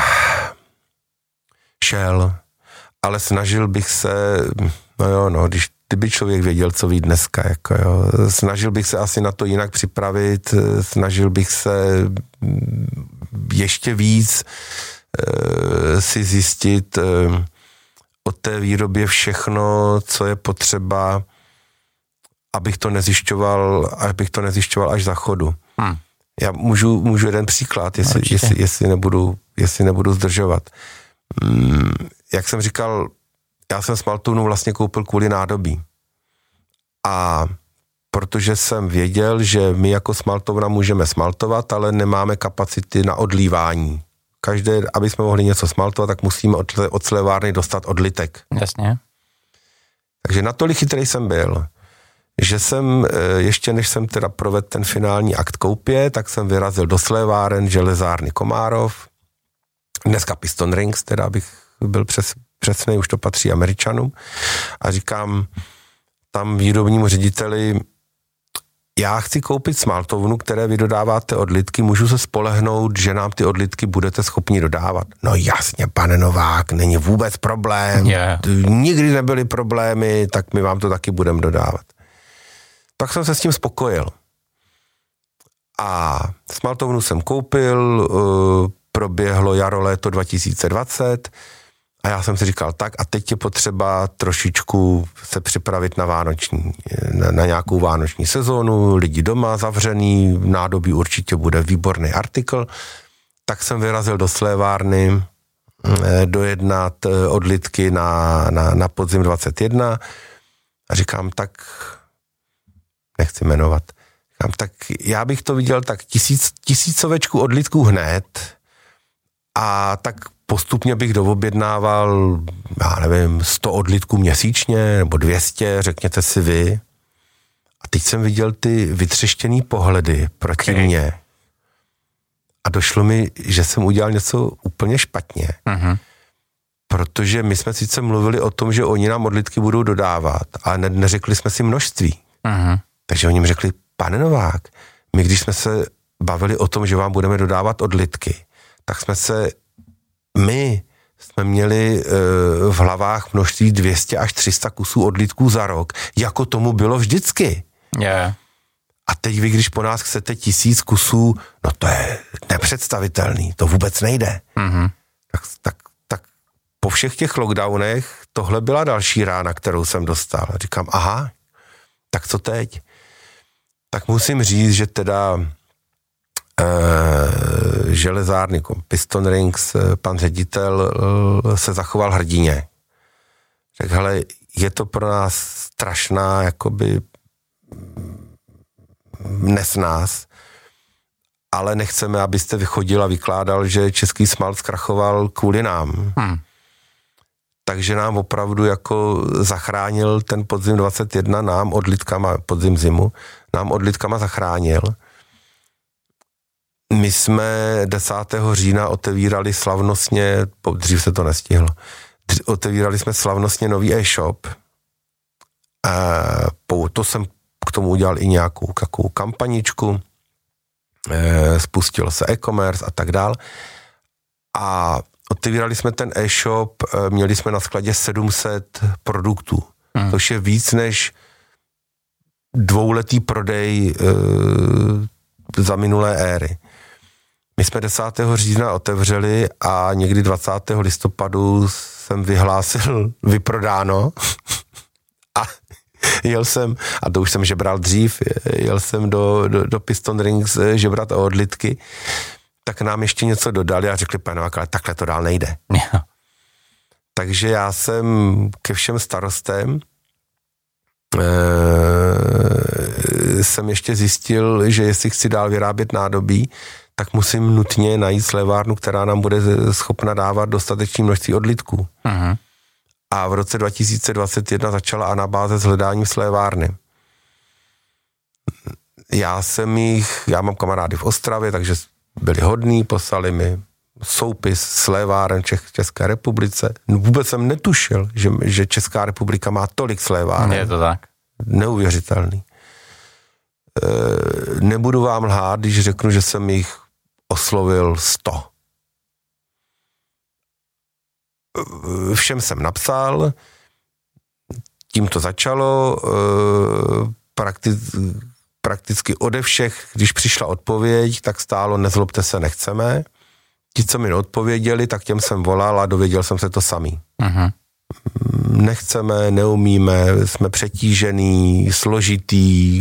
šel, ale snažil bych se, no jo, no, když kdyby člověk věděl, co ví dneska, jako jo, snažil bych se asi na to jinak připravit, snažil bych se ještě víc eh, si zjistit eh, o té výrobě všechno, co je potřeba, abych to nezjišťoval, abych to nezjišťoval až za chodu. Hmm. Já můžu, můžu jeden příklad, jestli, jestli, jestli, nebudu, jestli nebudu zdržovat. Hmm, jak jsem říkal, já jsem smaltovnu vlastně koupil kvůli nádobí. A protože jsem věděl, že my jako smaltovna můžeme smaltovat, ale nemáme kapacity na odlívání. Každé, aby jsme mohli něco smaltovat, tak musíme od, od slévárny dostat odlitek. Jasně. Takže natolik chytrý jsem byl, že jsem, ještě než jsem teda provedl ten finální akt koupě, tak jsem vyrazil do sléváren železárny Komárov, dneska Piston Rings, teda abych byl přes, přesnej, už to patří Američanům, a říkám tam výrobnímu řediteli, já chci koupit smaltovnu, které vy dodáváte odlitky, můžu se spolehnout, že nám ty odlitky budete schopni dodávat. No jasně, pane Novák, není vůbec problém, yeah. Nikdy nebyly problémy, tak my vám to taky budeme dodávat. Tak jsem se s tím spokojil. A smaltovnu jsem koupil, proběhlo jaro, léto dva tisíce dvacet a já jsem si říkal, tak a teď je potřeba trošičku se připravit na vánoční, na, na nějakou vánoční sezónu, lidi doma zavřený, nádobí určitě bude výborný artikl, tak jsem vyrazil do slévárny dojednat odlitky na, na, na podzim dvacet jedna a říkám, tak nechci jmenovat, říkám, tak já bych to viděl tak tisíc, tisícovečku odlitků hned a tak postupně bych doobjednával, já nevím, sto odlitků měsíčně, nebo dvě stě, řekněte si vy. A teď jsem viděl ty vytřeštěný pohledy proti okay. mně. A došlo mi, že jsem udělal něco úplně špatně. Uh-huh. Protože my jsme sice mluvili o tom, že oni nám odlitky budou dodávat, ale ne- neřekli jsme si množství. Uh-huh. Takže oni mi řekli, pane Novák, my když jsme se bavili o tom, že vám budeme dodávat odlitky, tak jsme se, my jsme měli e, v hlavách množství dvě stě až tři sta kusů odlitků za rok, jako tomu bylo vždycky. Yeah. A teď vy, když po nás chcete tisíc kusů, no to je nepředstavitelný, to vůbec nejde. Mm-hmm. Tak, tak, tak po všech těch lockdownech tohle byla další rána, kterou jsem dostal. Říkám, aha, tak co teď? Tak musím říct, že teda e, železárny, Piston Rings, pan ředitel e, se zachoval hrdině. Řekl, hele, je to pro nás strašná, jakoby nesnás, ale nechceme, abyste vychodil a vykládal, že český smalt zkrachoval kvůli nám. Hmm. Takže nám opravdu jako zachránil ten podzim dvacet jedna, nám odlitkama, podzim zimu, nám odlitkama zachránil. My jsme desátého října otevírali slavnostně, dřív se to nestihlo, otevírali jsme slavnostně nový e-shop. A to jsem k tomu udělal i nějakou takovou kampaničku, spustil se e-commerce a tak dál. A otevírali jsme ten e-shop, měli jsme na skladě sedm set produktů, hmm. což je víc než dvouletý prodej e, za minulé éry. My jsme desátého října otevřeli a někdy dvacátého listopadu jsem vyhlásil vyprodáno a jel jsem, a to už jsem žebral dřív, jel jsem do, do, do Piston Rings žebrat o odlitky, tak nám ještě něco dodali a řekli, pane Novák, ale takhle to dál nejde. Yeah. Takže já jsem ke všem starostem e, jsem ještě zjistil, že jestli chci dál vyrábět nádobí, tak musím nutně najít slévárnu, která nám bude schopna dávat dostatečné množství odlitků. Uh-huh. A v roce dva tisíce dvacet jedna začala anabáze s hledáním slévárny. Já jsem jich, já mám kamarády v Ostravě, takže byli hodní, poslali mi soupis sléváren Čech, České republice. Vůbec jsem netušil, že, že Česká republika má tolik sléváren. Je to tak. Neuvěřitelný. E, nebudu vám lhát, když řeknu, že jsem jich oslovil sto. Všem jsem napsal, tím to začalo, prakti, prakticky ode všech, když přišla odpověď, tak stálo nezlobte se, nechceme. Ti, co mi neodpověděli, tak těm jsem volal a dověděl jsem se to samý. Uh-huh. Nechceme, neumíme, jsme přetížený, složitý,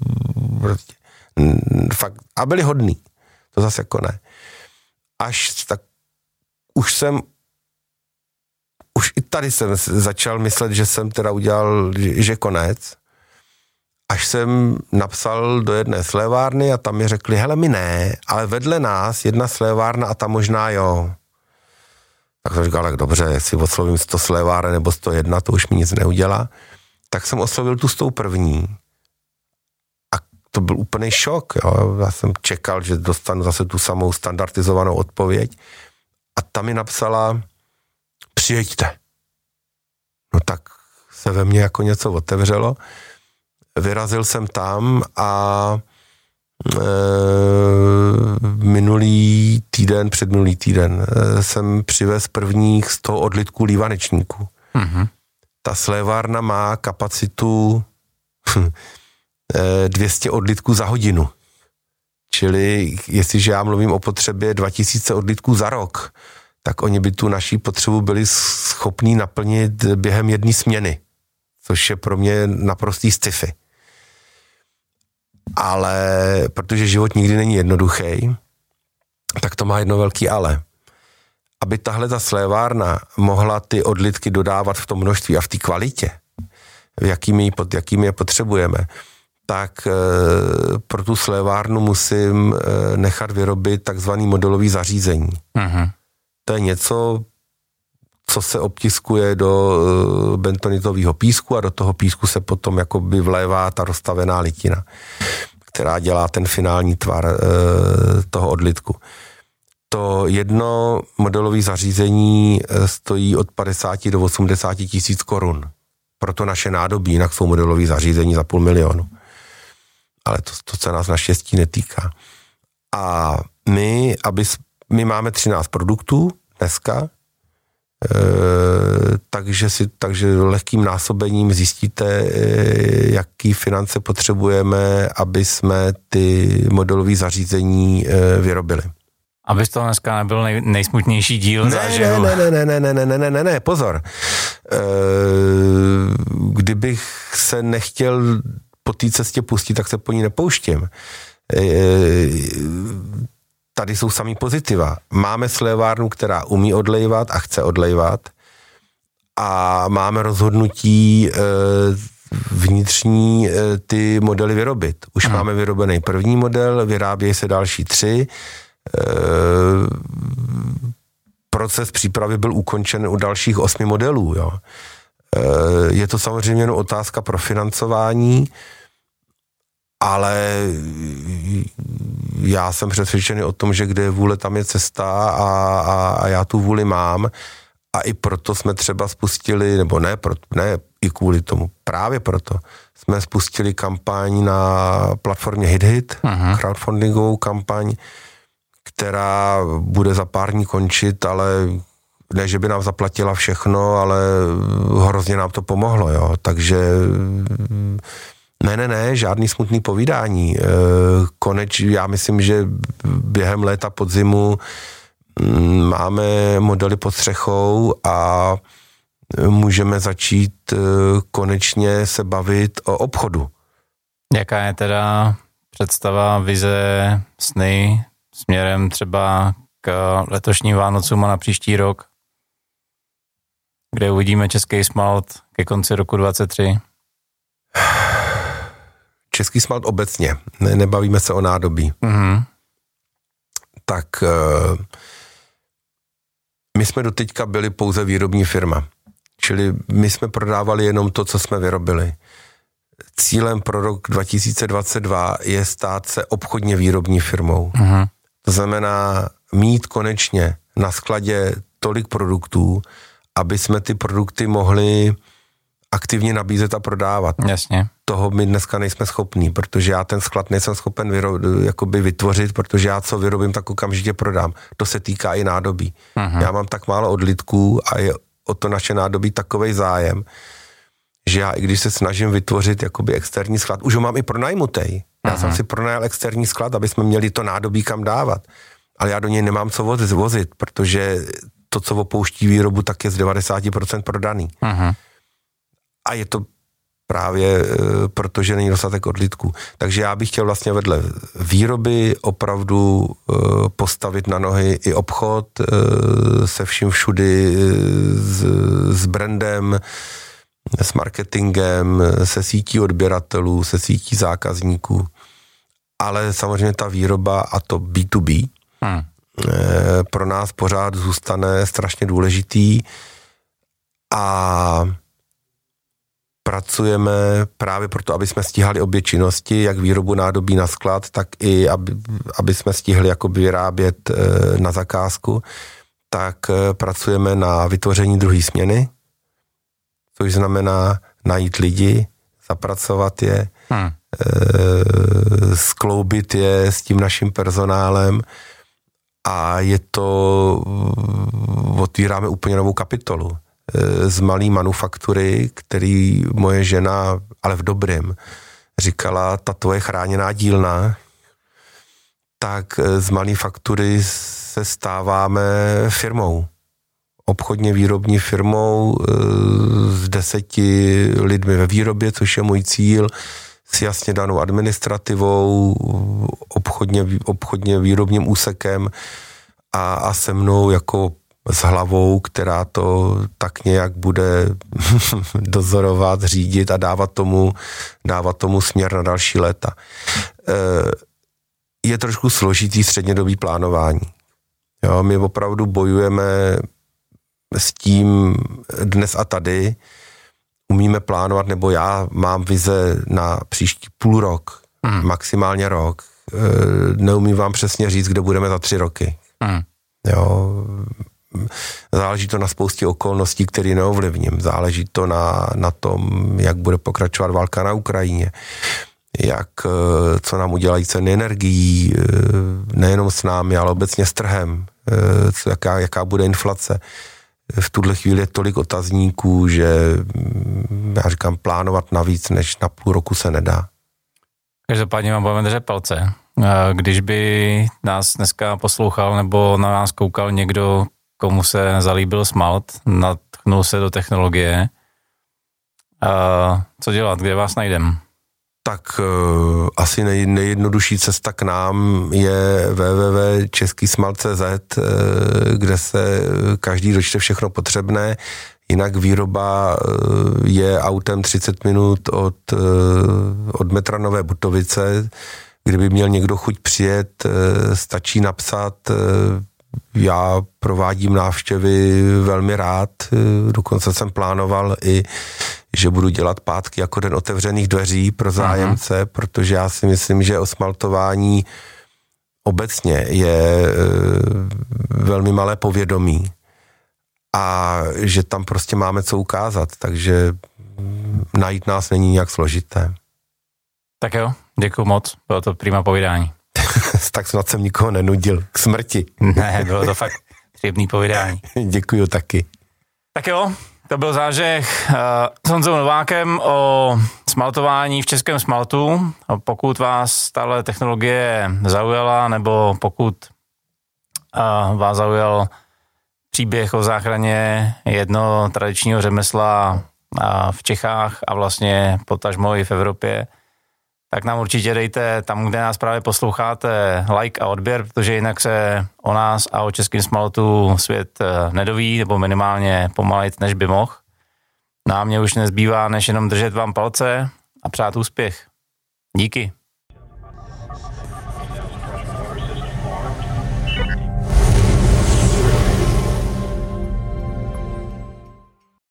fakt, a byli hodný. To zase jako ne. Až tak už jsem Už i tady jsem začal myslet, že jsem teda udělal, že konec. Až jsem napsal do jedné slévárny a tam mi řekli, hele, my ne, ale vedle nás jedna slévárna a ta možná jo. Tak jsem říkal, tak dobře, jestli oslovím sto sléváren nebo sto jedna, to už mi nic neudělá. Tak jsem oslovil tu s tou první. A to byl úplný šok. Jo. Já jsem čekal, že dostanu zase tu samou standardizovanou odpověď. A ta mi napsala, přijeďte. No tak se ve mně jako něco otevřelo. Vyrazil jsem tam a e, minulý týden, předminulý týden e, jsem přivez prvních sto odlitků lívanečníků. Mm-hmm. Ta slévárna má kapacitu e, dvě stě odlitků za hodinu. Čili jestliže já mluvím o potřebě dva tisíce odlitků za rok, tak oni by tu naší potřebu byli schopní naplnit během jedné směny, což je pro mě naprostý sci-fi. Ale protože život nikdy není jednoduchý, tak to má jedno velký ale. Aby tahle ta slévárna mohla ty odlitky dodávat v tom množství a v té kvalitě, v jakými, pod jakými je potřebujeme, tak e, pro tu slévárnu musím e, nechat vyrobit takzvaný modelový zařízení. Uh-huh. to je něco, co se obtiskuje do uh, bentonitového písku a do toho písku se potom jakoby vlévá ta roztavená litina, která dělá ten finální tvar uh, toho odlitku. To jedno modelové zařízení stojí od padesát do osmdesát tisíc korun. Proto naše nádobí, jinak jsou modelové zařízení za půl milionu. Ale to, to se nás naštěstí netýká. A my, aby, my máme třináct produktů dneska, e, takže, si, takže lehkým násobením zjistíte, e, jaký finance potřebujeme, aby jsme ty modelové zařízení e, vyrobili. Abys to dneska nebyl nej, nejsmutnější díl ne, záživu. Ne, ne, ne, ne, ne, ne, ne, ne, ne, ne, pozor. E, kdybych se nechtěl po té cestě pustit, tak se po ní nepouštím. E, tady jsou samý pozitiva. Máme slévárnu, která umí odlejvat a chce odlejvat a máme rozhodnutí e, vnitřní e, ty modely vyrobit. Už hmm. máme vyrobený první model, vyrábějí se další tři. Proces přípravy byl ukončen u dalších osmi modelů. Jo. Je to samozřejmě jen otázka pro financování, ale já jsem přesvědčený o tom, že kde je vůle, tam je cesta a, a, a já tu vůli mám a i proto jsme třeba spustili, nebo ne, pro, ne i kvůli tomu, právě proto jsme spustili kampaň na platformě HitHit, uh-huh. crowdfundingovou kampaň, která bude za pár dní končit, ale ne, že by nám zaplatila všechno, ale hrozně nám to pomohlo, jo. Takže ne, ne, ne, žádný smutný povídání. Koneč, já myslím, že během léta podzimu máme modely pod střechou a můžeme začít konečně se bavit o obchodu. Jaká je teda představa, vize, sny směrem třeba k letošním Vánocům a na příští rok, kde uvidíme český smalt ke konci roku dvacet tři? Český smalt obecně, ne, nebavíme se o nádobí. Mm-hmm. Tak my jsme doteďka byli pouze výrobní firma, čili my jsme prodávali jenom to, co jsme vyrobili. Cílem pro rok dva tisíce dvacet dva je stát se obchodně výrobní firmou. Mm-hmm. To znamená mít konečně na skladě tolik produktů, aby jsme ty produkty mohli aktivně nabízet a prodávat. Jasně. Toho my dneska nejsme schopní, protože já ten sklad nejsem schopen vyro- jakoby vytvořit, protože já co vyrobím, tak okamžitě prodám. To se týká i nádobí. Uh-huh. Já mám tak málo odlitků a je o to naše nádobí takovej zájem, že já i když se snažím vytvořit jakoby externí sklad, už ho mám i pronajmutej. Já uh-huh. jsem si pronajal externí sklad, aby jsme měli to nádobí kam dávat. Ale já do něj nemám co vozit, vozit protože to, co opouští výrobu, tak je z devadesát procent prodaný. Uh-huh. A je to právě protože není dostatek odlitků. Takže já bych chtěl vlastně vedle výroby opravdu postavit na nohy i obchod se vším všudy, s, s brandem, s marketingem, se sítí odběratelů, se sítí zákazníků. Ale samozřejmě ta výroba a to bé dvě bé hmm. pro nás pořád zůstane strašně důležitý a pracujeme právě proto, aby jsme stíhali obě činnosti, jak výrobu nádobí na sklad, tak i aby, aby jsme stihli jakoby vyrábět na zakázku, tak pracujeme na vytvoření druhé směny, což znamená najít lidi, zapracovat je, hmm. skloubit je s tím naším personálem a je to, otvíráme úplně novou kapitolu. Z malý manufaktury, který moje žena, ale v dobrém, říkala, ta tvoje chráněná dílna, tak z malý faktury se stáváme firmou. Obchodně výrobní firmou s deseti lidmi ve výrobě, což je můj cíl, s jasně danou administrativou, obchodně, obchodně výrobním úsekem a, a se mnou jako s hlavou, která to tak nějak bude dozorovat, řídit a dávat tomu, dávat tomu směr na další léta. Je trošku složitý střednědobý plánování. Jo, my opravdu bojujeme s tím dnes a tady, umíme plánovat, nebo já mám vize na příští půl rok, hmm. maximálně rok. Neumím vám přesně říct, kde budeme za tři roky. Hmm. Jo, záleží to na spoustě okolností, které neovlivním. Záleží to na, na tom, jak bude pokračovat válka na Ukrajině, jak, co nám udělají ceny energií, nejenom s námi, ale obecně s trhem, co, jaká, jaká bude inflace. V tuhle chvíli je tolik otazníků, že já říkám, plánovat navíc, než na půl roku se nedá. Každopádně vám budeme držet palce. Když by nás dneska poslouchal nebo na nás koukal někdo, komu se zalíbil smalt, natchnul se do technologie, co dělat, kde vás najdem? Tak uh, asi nej, nejjednodušší cesta k nám je w w w tečka český smalt tečka c z, uh, kde se každý dočte všechno potřebné. Jinak výroba uh, je autem třicet minut od, uh, od metra Nové Butovice. Kdyby měl někdo chuť přijet, uh, stačí napsat. Uh, já provádím návštěvy velmi rád, uh, dokonce jsem plánoval i že budu dělat pátky jako den otevřených dveří pro zájemce, Aha. protože já si myslím, že osmaltování obecně je e, velmi malé povědomí a že tam prostě máme co ukázat, takže najít nás není nějak složité. Tak jo, děkuju moc, bylo to prima povídání. Tak snad jsem nikoho nenudil k smrti. Ne, bylo to fakt příjemný povídání. Děkuju taky. Tak jo, to byl zážeh uh, s Honzou Novákem o smaltování v českém smaltu. Pokud vás tahle technologie zaujala, nebo pokud uh, vás zaujal příběh o záchraně jednoho tradičního řemesla uh, v Čechách a vlastně potažmo i v Evropě, tak nám určitě dejte tam, kde nás právě posloucháte, like a odběr, protože jinak se o nás a o českém smaltu svět nedoví, nebo minimálně pomalejt, než by mohl. No a mě už nezbývá, než jenom držet vám palce a přát úspěch. Díky.